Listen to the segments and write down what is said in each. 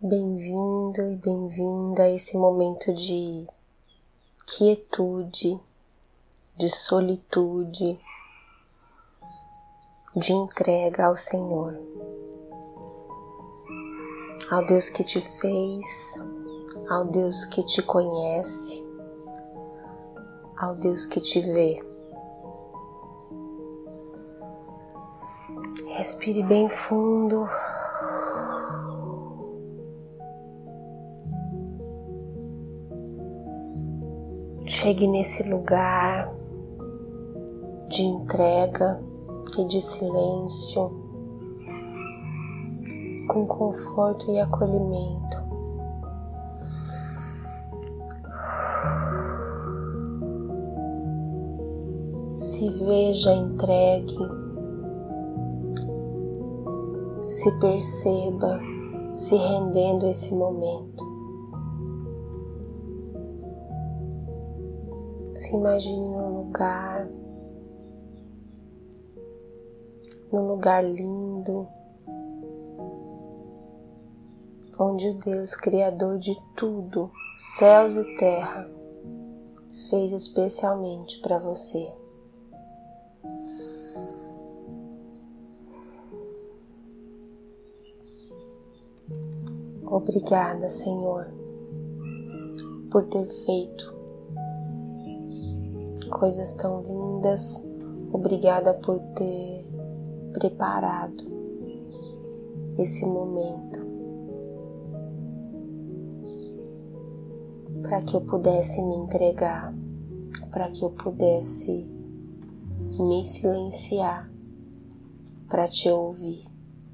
Bem-vindo e bem-vinda a esse momento de quietude, de solitude, de entrega ao Senhor, ao Deus que te fez, ao Deus que te conhece, ao Deus que te vê. Respire bem fundo. Chegue nesse lugar de entrega e de silêncio, com conforto e acolhimento. Se veja entregue, se perceba se rendendo a esse momento. Se imagine num lugar lindo, onde o Deus Criador de tudo, céus e terra, fez especialmente para você. Obrigada, Senhor, por ter feito coisas tão lindas. Obrigada por ter preparado esse momento para que eu pudesse me entregar, para que eu pudesse me silenciar para te ouvir.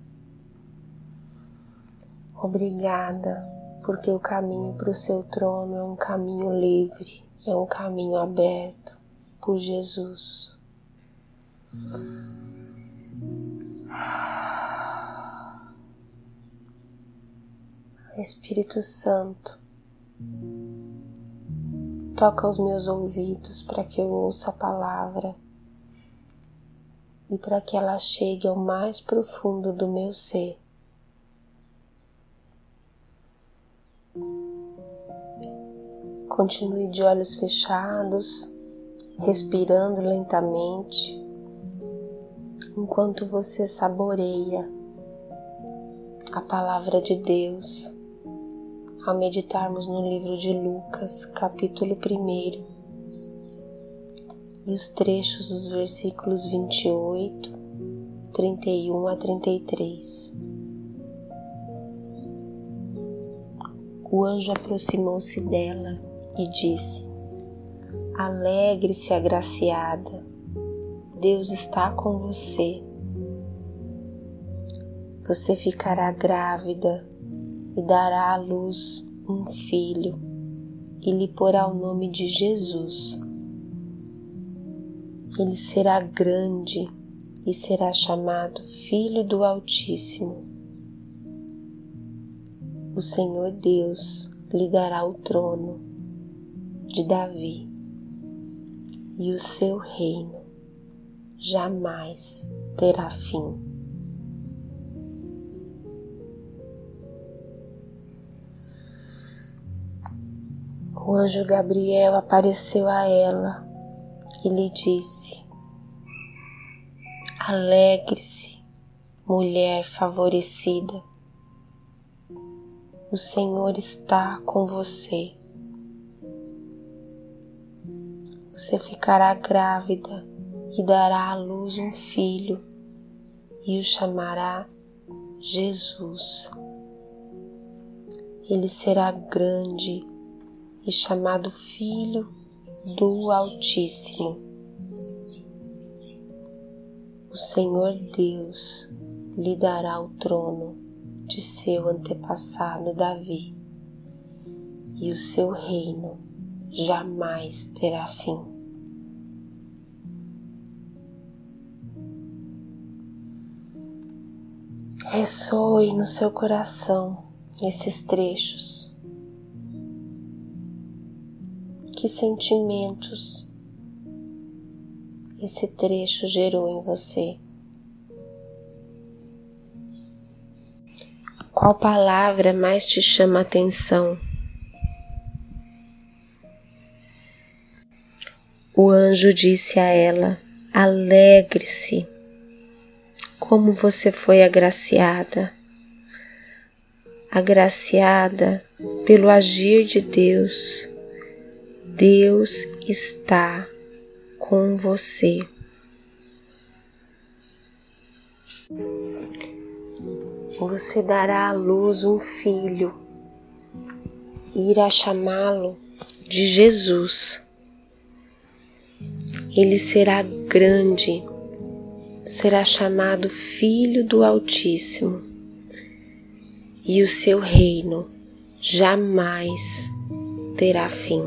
Obrigada, porque o caminho para o seu trono é um caminho livre, é um caminho aberto por Jesus. Espírito Santo, toca os meus ouvidos para que eu ouça a palavra e para que ela chegue ao mais profundo do meu ser. Continue de olhos fechados, respirando lentamente, enquanto você saboreia a palavra de Deus, ao meditarmos no livro de Lucas, capítulo 1, e os trechos dos versículos 28, 31 a 33. O anjo aproximou-se dela e disse: Alegre-se, agraciada, Deus está com você. Você ficará grávida e dará à luz um filho e lhe porá o nome de Jesus. Ele será grande e será chamado Filho do Altíssimo. O Senhor Deus lhe dará o trono de Davi e o seu reino jamais terá fim. O anjo Gabriel apareceu a ela e lhe disse: Alegre-se, mulher favorecida, o Senhor está com você. Você ficará grávida e dará à luz um filho e o chamará Jesus. Ele será grande e chamado Filho do Altíssimo. O Senhor Deus lhe dará o trono de seu antepassado Davi, e o seu reino jamais terá fim. Ressoe no seu coração esses trechos. Que sentimentos esse trecho gerou em você? Qual palavra mais te chama a atenção? O anjo disse a ela: alegre-se, como você foi agraciada pelo agir de Deus. Deus está com você. Você dará à luz um filho e irá chamá-lo de Jesus. Ele será grande, será chamado Filho do Altíssimo, e o seu reino jamais terá fim.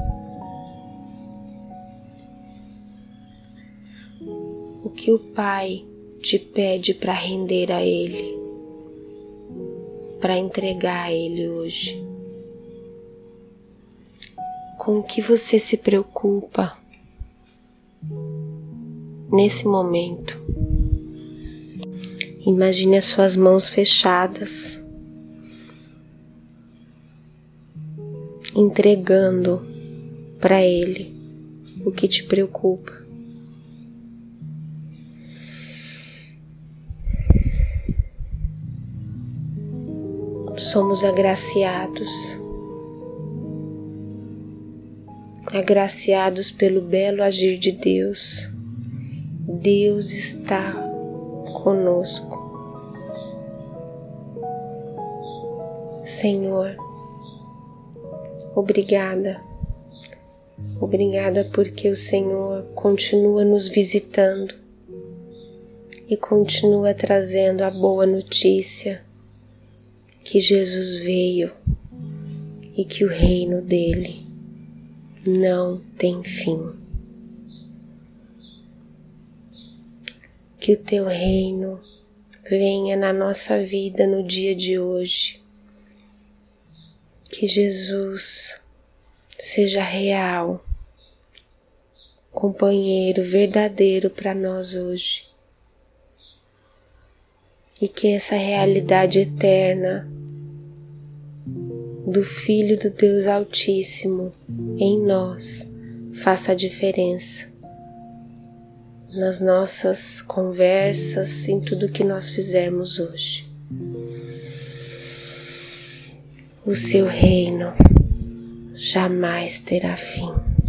O que o Pai te pede para render a Ele, para entregar a Ele hoje? Com o que você se preocupa nesse momento? Imagine as suas mãos fechadas, entregando para Ele o que te preocupa. Somos agraciados pelo belo agir de Deus. Deus está conosco. Senhor, obrigada porque o Senhor continua nos visitando e continua trazendo a boa notícia que Jesus veio e que o reino dele não tem fim. Que o teu reino venha na nossa vida no dia de hoje. Que Jesus seja real, companheiro verdadeiro para nós hoje. E que essa realidade eterna do Filho do Deus Altíssimo em nós faça a diferença nas nossas conversas, em tudo que nós fizermos hoje. O seu reino jamais terá fim.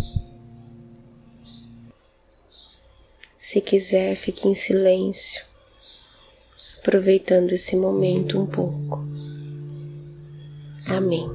Se quiser, fique em silêncio, aproveitando esse momento um pouco. Amém.